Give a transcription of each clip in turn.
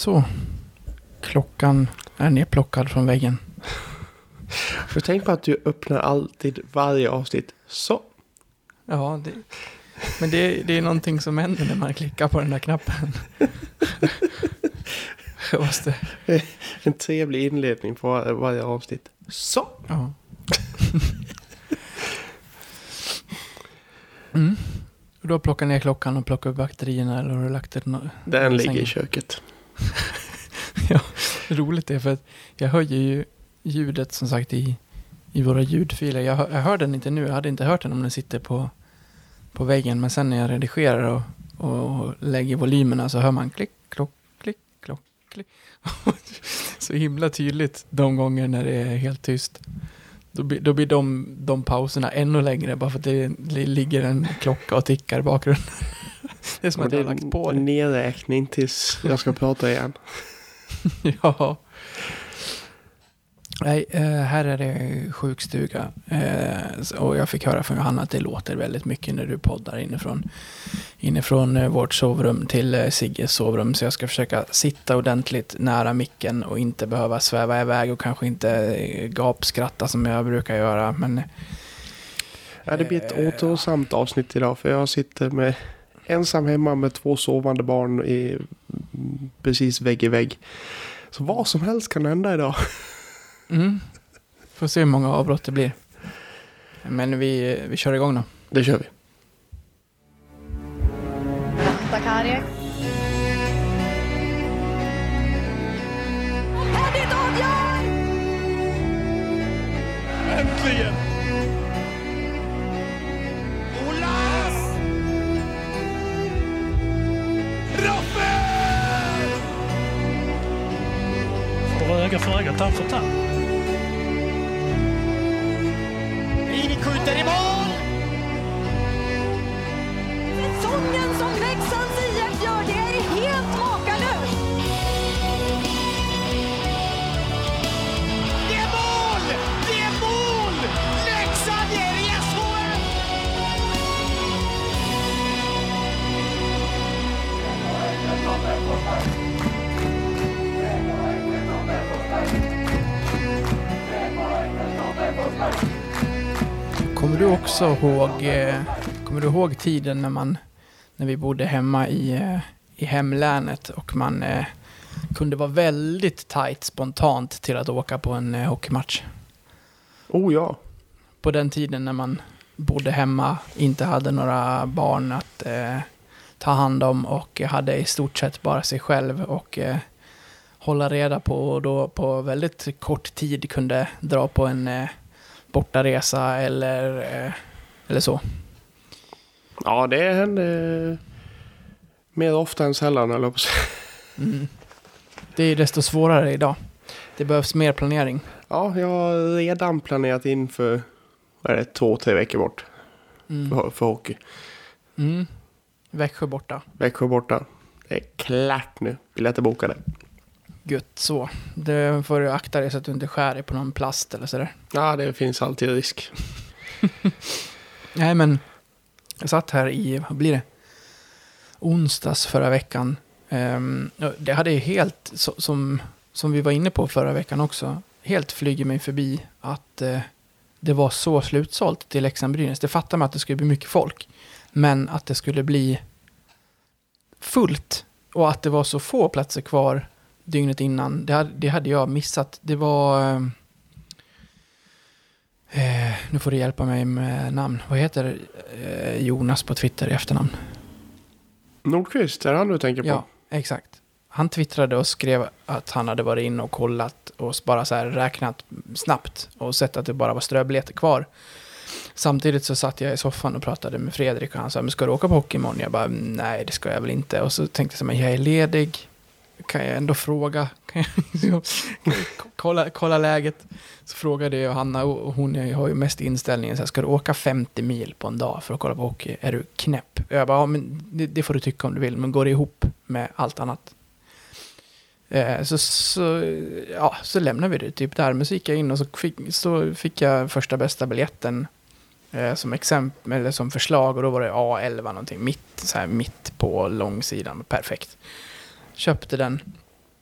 Så. Klockan är nedplockad från väggen. För tänk på att du öppnar alltid varje avsnitt. Så. Ja, men det är någonting som händer när man klickar på den där knappen. En trevlig inledning på varje avsnitt. Så. Ja. Mm. Och då plockar ner klockan och plockar upp batterierna, eller har du lagt det? Den ligger i köket. Ja, roligt är för att jag hör ju ljudet som sagt i våra ljudfiler. Jag hör den inte nu. Jag hade inte hört den om den sitter på väggen. Men sen när jag redigerar och lägger volymerna så hör man klick, klock, klick, klock, klick. Så himla tydligt de gånger när det är helt tyst. Då blir de pauserna ännu längre bara för att det ligger en klocka och tickar i bakgrunden. Det är som att jag har lagt på det. Nedräkning tills jag ska prata igen. Ja. Nej, här är det sjukstuga. Och jag fick höra från Johanna att det låter väldigt mycket när du poddar inifrån vårt sovrum till Sigges sovrum. Så jag ska försöka sitta ordentligt nära micken och inte behöva sväva iväg och kanske inte gapskratta som jag brukar göra. Men det blir ett återhållsamt avsnitt idag, för jag sitter med ensam hemma med 2 sovande barn precis vägg i vägg. Så vad som helst kan hända idag. Får se hur många avbrott det blir. Men vi kör igång då. Det kör vi. Bakari. Henrik avgör! Äntligen! Olas! Raffel! Får öga för öga, tand för tand. Ini skjuter i mål! Säsongen som Leksands IF gör, det är helt makalöst! Det är mål! Det är mål! Leksand ger i SHL! Kommer du ihåg tiden när vi bodde hemma i hemlänet och man kunde vara väldigt tajt spontant till att åka på en hockeymatch? Oh ja. På den tiden när man bodde hemma, inte hade några barn att ta hand om och hade i stort sett bara sig själv och hålla reda på, och då på väldigt kort tid kunde dra på en bortaresa eller så. Ja, det hände mer ofta än sällan, eller så. Det är desto svårare idag. Det behövs mer planering. Ja, jag har redan planerat in för 2-3 veckor bort. För hockey. Växjö borta. Växjö borta. Det är klart nu. Biljetter bokade. Gött så. Det får du akta dig så att du inte skär dig på någon plast eller sådär. Ja, det finns alltid risk. Nej, men jag satt här i, vad blir det? Onsdags förra veckan. Det hade helt, som vi var inne på förra veckan också, helt flyger mig förbi att det var så slutsålt till Leksand-Brynäs. Det fattar man att det skulle bli mycket folk. Men att det skulle bli fullt och att det var så få platser kvar dygnet innan, det hade jag missat. Det var nu får du hjälpa mig med namn. Vad heter Jonas på Twitter i efternamn? Nordqvist, är han du tänker på? Ja, exakt. Han twittrade och skrev att han hade varit inne och kollat och bara så här räknat snabbt och sett att det bara var ströbiljetter kvar. Samtidigt så satt jag i soffan och pratade med Fredrik och han sa, men ska du åka på hockey imorgon? Jag bara, nej det ska jag väl inte. Och så tänkte jag så här, men jag är ledig. Kan jag ändå fråga? Kan jag kolla läget? Så frågade jag Hanna och hon har ju mest inställningen så här, ska du åka 50 mil på en dag för att kolla på hockey? Är du knäpp? Jag bara, ja, men det får du tycka om du vill, men går det ihop med allt annat? Så lämnade vi det typ där. Men så gick jag in och så fick jag första bästa biljetten som exempel eller som förslag, och då var det A11 någonting mitt på långsidan. Perfekt. Köpte den.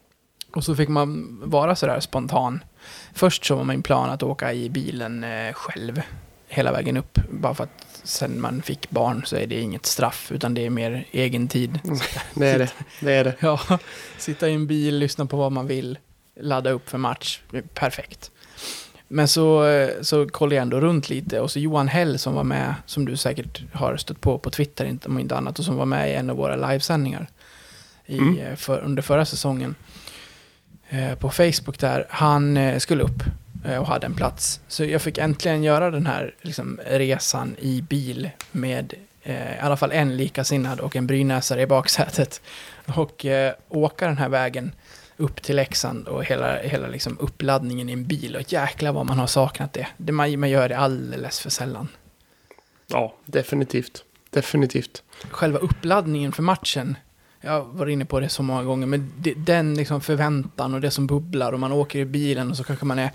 Och så fick man vara sådär spontan. Först så var min plan att åka i bilen själv hela vägen upp. Bara för att sen man fick barn så är det inget straff, utan det är mer egen tid. Det är det. Ja, sitta i en bil, lyssna på vad man vill, ladda upp för match. Perfekt. Men så kollade jag ändå runt lite, och så Johan Hell som var med, som du säkert har stött på Twitter om inte annat, och som var med i en av våra livesändningar under förra säsongen på Facebook där, han skulle upp och hade en plats. Så jag fick äntligen göra den här liksom, resan i bil med i alla fall en likasinnad och en brynäsare i baksätet, och åka den här vägen upp till Leksand och hela liksom uppladdningen i en bil, och jäklar vad man har saknat det. Man gör det alldeles för sällan. Ja, definitivt. Själva uppladdningen för matchen, jag var inne på det så många gånger, men den liksom förväntan och det som bubblar, och man åker i bilen och så kanske man är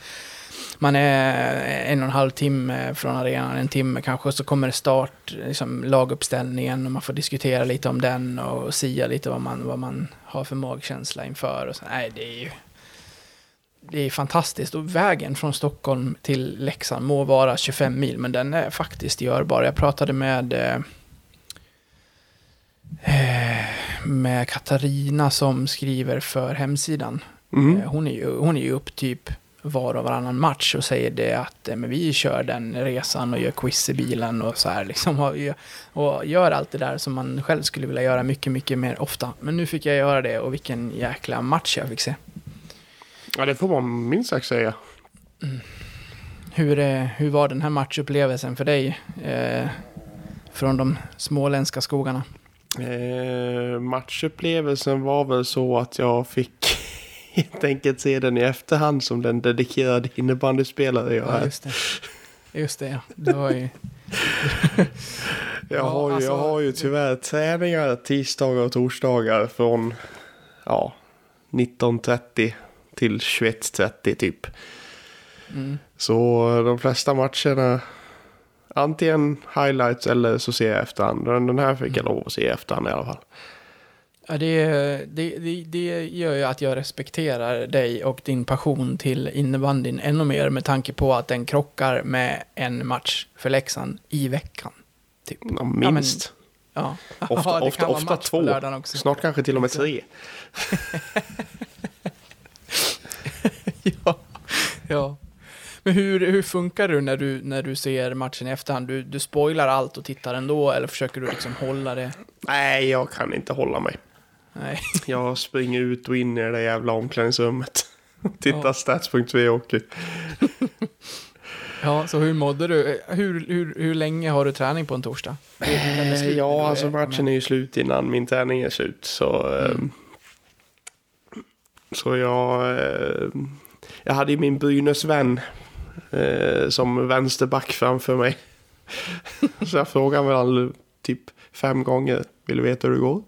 1,5 timme från arenan, 1 timme kanske, och så kommer det start, liksom laguppställningen, och man får diskutera lite om den och sia lite vad man har för magkänsla inför, och så, nej, det är fantastiskt. Och vägen från Stockholm till Leksand må vara 25 mil, men den är faktiskt görbar. Jag pratade med Katarina som skriver för hemsidan. Hon är ju upp typ var och varannan match och säger det att men vi kör den resan och gör quiz i bilen och så här liksom, och gör allt det där som man själv skulle vilja göra mycket, mycket mer ofta. Men nu fick jag göra det, och vilken jäkla match jag fick se. Ja, det får man minst sagt säga. Hur var den här matchupplevelsen för dig från de småländska skogarna? Matchupplevelsen var väl så att jag fick helt enkelt se den i efterhand som den dedikerade innebandyspelare jag är. Just det, ja. Det var ju... jag har ju tyvärr träningar tisdagar och torsdagar från 19:30 till 21:30 typ. Så de flesta matcherna antingen highlights eller så ser jag efterhand. Den här fick jag lov att se efterhand i alla fall. Ja, det gör ju att jag respekterar dig och din passion till innebandyn ännu mer, med tanke på att den krockar med en match för Leksand i veckan. Typ. Ja, minst. Ja. Ofta 2. Snart kanske till och med 3. Ja. Men hur funkar det när du ser matchen i efterhand? Du spoilar allt och tittar ändå, eller försöker du liksom hålla det? Nej, jag kan inte hålla mig. Nej. Jag springer ut och in i det jävla omklädningsrummet. Tittar stats.v och Ja, så hur mådde du? Hur länge har du träning på en torsdag? Alltså matchen är ju slut innan min träning är slut. Så jag hade ju min Brynäs-vän som vänsterback framför mig. Så jag frågade väl typ 5 gånger. Vill du veta hur det går?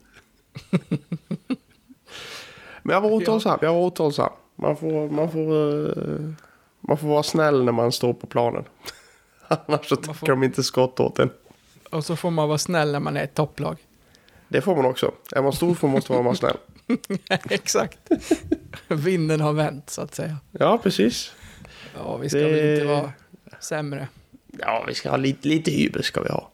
Men jag var återhållsam. Man får vara snäll när man står på planen. Annars så tycker de inte skott åt en. Och så får man vara snäll när man är ett topplag. Det får man också. Är man stor får måste man vara snäll. Exakt. Vinden har vänt, så att säga. Ja, precis. Ja, vi ska väl inte vara sämre. Ja, vi ska ha lite hybris ska vi ha.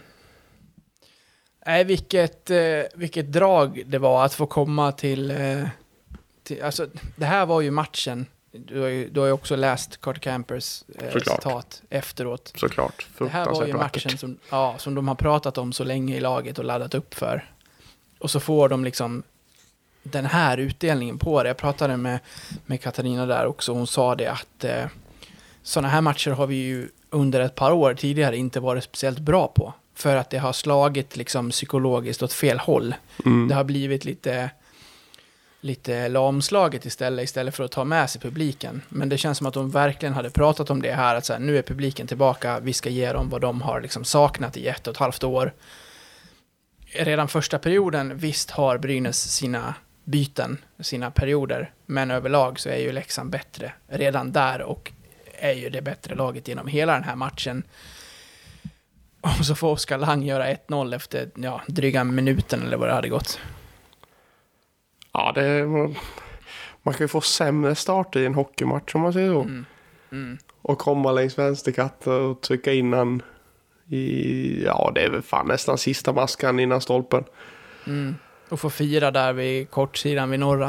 Nej, vilket drag det var att få komma till alltså, det här var ju matchen. Du har ju också läst Carter Campers citat efteråt. Såklart. Det här var ju matchen som de har pratat om så länge i laget och laddat upp för. Och så får de liksom den här utdelningen på det. Jag pratade med Katarina där också. Hon sa det att sådana här matcher har vi ju under ett par år tidigare inte varit speciellt bra på. För att det har slagit liksom psykologiskt åt fel håll. Det har blivit lite lamslaget istället för att ta med sig publiken. Men det känns som att de verkligen hade pratat om det här. Att så här, nu är publiken tillbaka. Vi ska ge dem vad de har liksom saknat i 1,5 år. Redan första perioden, visst har Brynäs sina byten, sina perioder. Men överlag så är ju Leksand bättre redan där. Och är ju det bättre laget genom hela den här matchen. Och så får Oskar Lang göra 1-0 efter dryga minuten eller vad det hade gått. Ja, Man kan ju få sämre start i en hockeymatch om man säger så. Och komma längs vänsterkanten och trycka in han i, ja det är väl fan nästan sista maskan innan stolpen. Och få fira där vid kortsidan vid norra.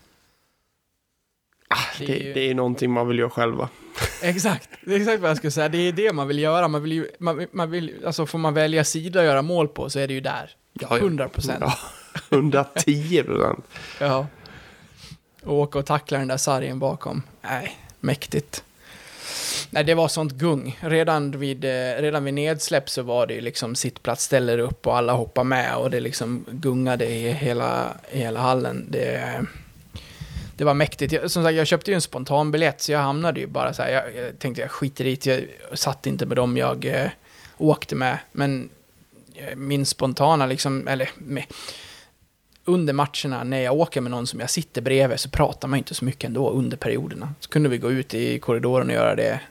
Det är någonting man vill göra själva. Exakt, det är exakt vad jag skulle säga. Det är det man vill göra. Man vill, alltså får man välja sida och göra mål på så är det ju där. 100%. Ja, 110%. Ja. Och åka och tackla den där sargen bakom. Nej, mäktigt. Nej, det var sånt gung. Redan vid nedsläpp så var det ju liksom sittplats ställer upp och alla hoppar med och det liksom gungade i hela hallen. Det var mäktigt. Som sagt, jag köpte ju en spontan biljett så jag hamnade ju bara så här. Jag tänkte jag skiter i det. Jag satt inte med dem jag åkte med. Men min spontana liksom, eller under matcherna när jag åker med någon som jag sitter bredvid så pratar man inte så mycket ändå under perioderna. Så kunde vi gå ut i korridoren och göra det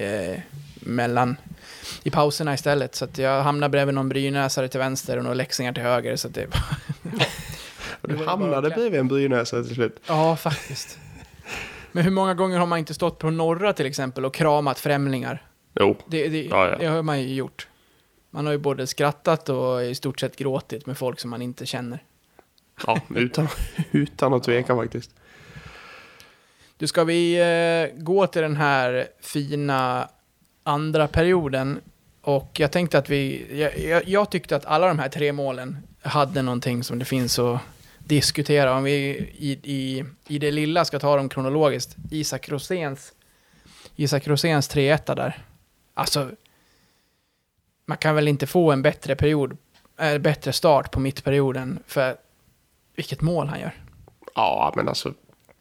i pauserna istället. Så att jag hamnade bredvid någon brynäsare till vänster och några läxingar till höger. Så att det Du hamnade bredvid en brynäsare till slut. Ja, faktiskt. Men hur många gånger har man inte stått på norra till exempel och kramat främlingar? Jo. Det har man ju gjort. Man har ju både skrattat och i stort sett gråtit med folk som man inte känner. Ja, utan att tveka faktiskt. Du, ska vi gå till den här fina andra perioden. Och jag tänkte att jag tyckte att alla de här 3 målen hade någonting som det finns att diskutera. Om vi i det lilla ska ta dem kronologiskt. Isak Roséns 3-1 där. Alltså, man kan väl inte få en bättre start på mittperioden för vilket mål han gör. Ja, men alltså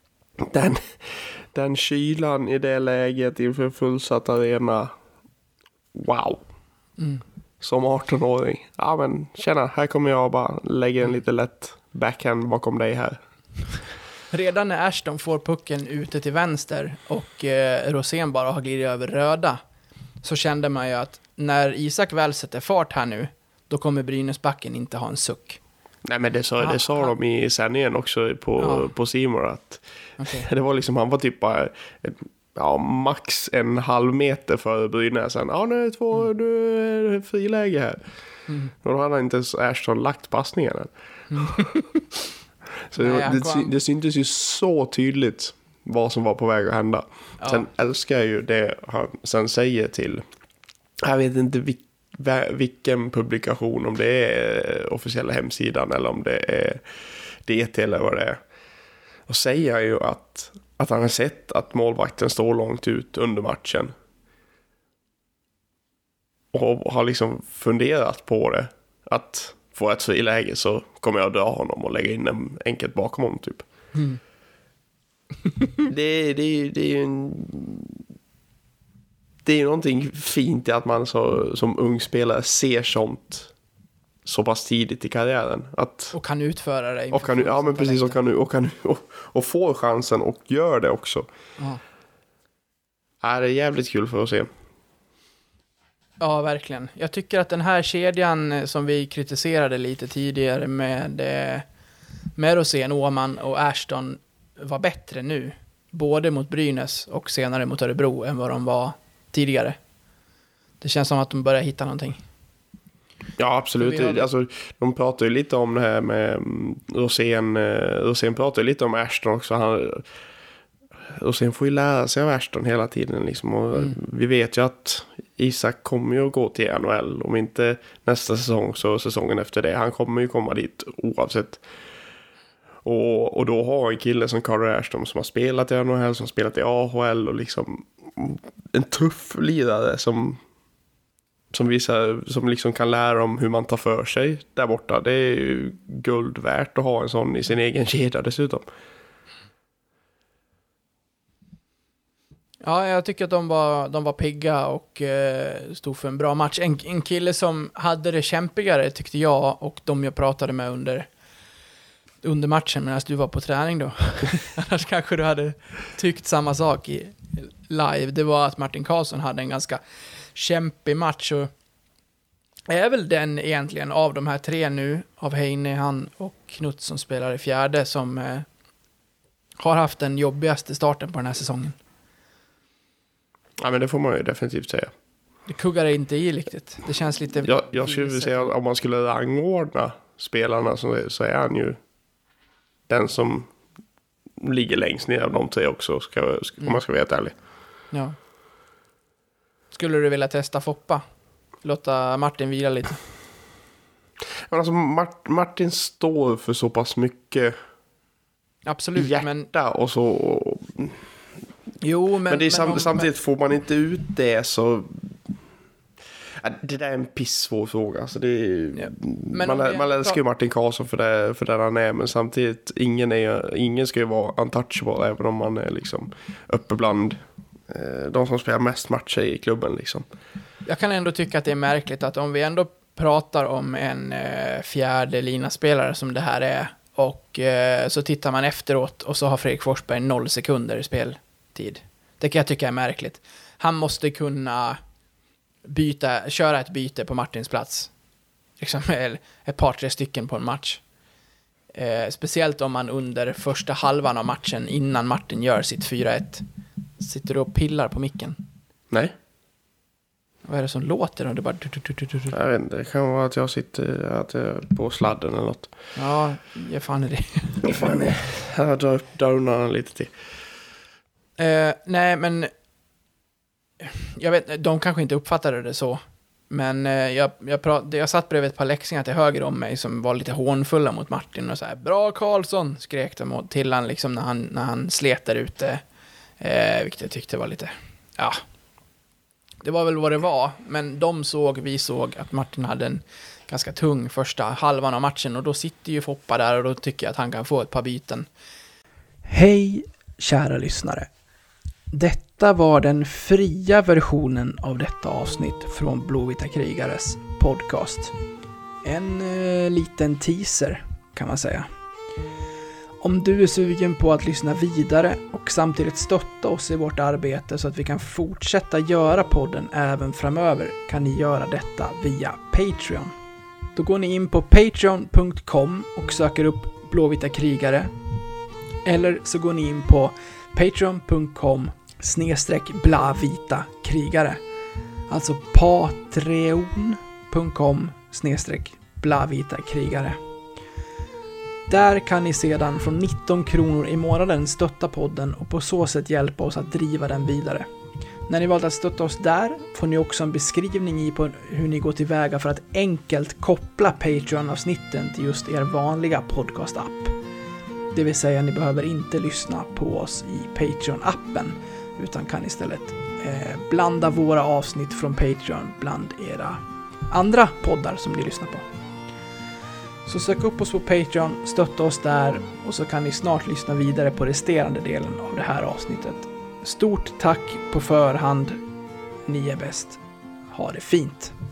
den kylan i det läget inför fullsatt arena. Wow. Som 18-åring. Ja, men tjena, här kommer jag bara lägga en lite lätt backhand bakom dig här. Redan när Ashton får pucken ute till vänster och Rosén bara har glidit över röda så kände man ju att när Isak väl sätter fart här nu då kommer Brynäsbacken inte ha en suck. Nej, men det sa de i sändningen också på Simor att det var liksom, han var typ bara max en halv meter för Brynäsen. Ja, nu är det friläge här. Och då hade han inte ens Ashton lagt passningen än. Så det syntes ju så tydligt vad som var på väg att hända. Ja. Sen älskar jag ju det han sen säger till, jag vet inte vilken publikation, om det är officiella hemsidan eller om det är DT eller vad det är. Och säger ju att han har sett att målvakten står långt ut under matchen. Och har liksom funderat på det. Att få ett friläge så kommer jag dra honom och lägga in en enkelt bakom honom typ. Det är ju det är någonting fint i att man som ung spelare ser sånt så pass tidigt i karriären. Och kan utföra det. Ja, men precis. Och får chansen och gör det också. Det är jävligt kul för att se. Ja, verkligen. Jag tycker att den här kedjan som vi kritiserade lite tidigare med Rosén, Åman och Ashton var bättre nu. Både mot Brynäs och senare mot Örebro än vad de var tidigare. Det känns som att de börjar hitta någonting. Ja, absolut. Alltså, de pratar ju lite om det här med Rosén. Rosén pratar ju lite om Ashton också. Rosén får ju lära sig av Ashton hela tiden. Liksom. Och vi vet ju att Isak kommer ju att gå till NHL. Om inte nästa säsong så säsongen efter det. Han kommer ju komma dit oavsett. Och då har en kille som Carter Ashton som har spelat i NHL, som har spelat i AHL och liksom en tuff lirare som liksom kan lära om hur man tar för sig där borta. Det är ju guld värt att ha en sån i sin egen kedja dessutom. Ja, jag tycker att de var pigga och stod för en bra match. En kille som hade det kämpigare tyckte jag och de jag pratade med under matchen medan du var på träning då. Annars kanske du hade tyckt samma sak live. Det var att Martin Karlsson hade en ganska kämpig match och är väl den egentligen av de här 3 nu, av Heine, han och Knut som spelar i fjärde, som har haft den jobbigaste starten på den här säsongen. Ja, men det får man ju definitivt säga. Det kuggar inte i riktigt. Det känns lite... Jag skulle säga att om man skulle rangordna spelarna så är han ju den som ligger längst ner av de tre också, om man ska vara helt ärlig. Ja. Skulle du vilja testa Foppa? Låta Martin vila lite? Men alltså Martin står för så pass mycket Absolut, hjärta och så... Jo, men det är samtidigt får man inte ut det så... Det där är en pissvår fråga. Alltså det är, ja. Man älskar ju Martin Karlsson för där han är. Men samtidigt, ingen ska ju vara untouchable. Även om man är liksom uppe bland de som spelar mest matcher i klubben. Liksom. Jag kan ändå tycka att det är märkligt att om vi ändå pratar om en fjärde linaspelare som det här är. Och så tittar man efteråt och så har Fredrik Forsberg 0 sekunder i speltid. Det kan jag tycka är märkligt. Han måste kunna... köra ett byte på Martins plats. Liksom ett par, 3 stycken på en match. Speciellt om man under första halvan av matchen innan Martin gör sitt 4-1 sitter och pillar på micken. Nej. Vad är det som låter? Och det bara... Jag vet inte, det kan vara att jag sitter på sladden eller något. Ja, jag fan är det. Jag drar upp dörrarna lite till. Nej, men... Jag vet, de kanske inte uppfattade det så. Men jag satt bredvid ett par läxingar till höger om mig som var lite hånfulla mot Martin och så här, bra Karlsson, skrek de till han liksom när han slet där ute. Vilket jag tyckte var lite, ja, det var väl vad det var. Men vi såg att Martin hade en ganska tung första halvan av matchen och då sitter ju Foppa där och då tycker jag att han kan få ett par byten. Hej, kära lyssnare. Detta var den fria versionen av detta avsnitt från Blåvita krigares podcast. En liten teaser kan man säga. Om du är sugen på att lyssna vidare och samtidigt stötta oss i vårt arbete så att vi kan fortsätta göra podden även framöver kan ni göra detta via Patreon. Då går ni in på patreon.com och söker upp Blåvita krigare. Eller så går ni in på patreon.com/blavita krigare. Alltså patreon.com/blavita krigare. Där kan ni sedan från 19 kronor i månaden stötta podden och på så sätt hjälpa oss att driva den vidare. När ni valt att stötta oss där får ni också en beskrivning i på hur ni går tillväga för att enkelt koppla Patreon-avsnitten till just er vanliga podcast-app. Det vill säga ni behöver inte lyssna på oss i Patreon-appen utan kan istället blanda våra avsnitt från Patreon bland era andra poddar som ni lyssnar på. Så sök upp oss på Patreon, stötta oss där och så kan ni snart lyssna vidare på resterande delen av det här avsnittet. Stort tack på förhand. Ni är bäst. Ha det fint.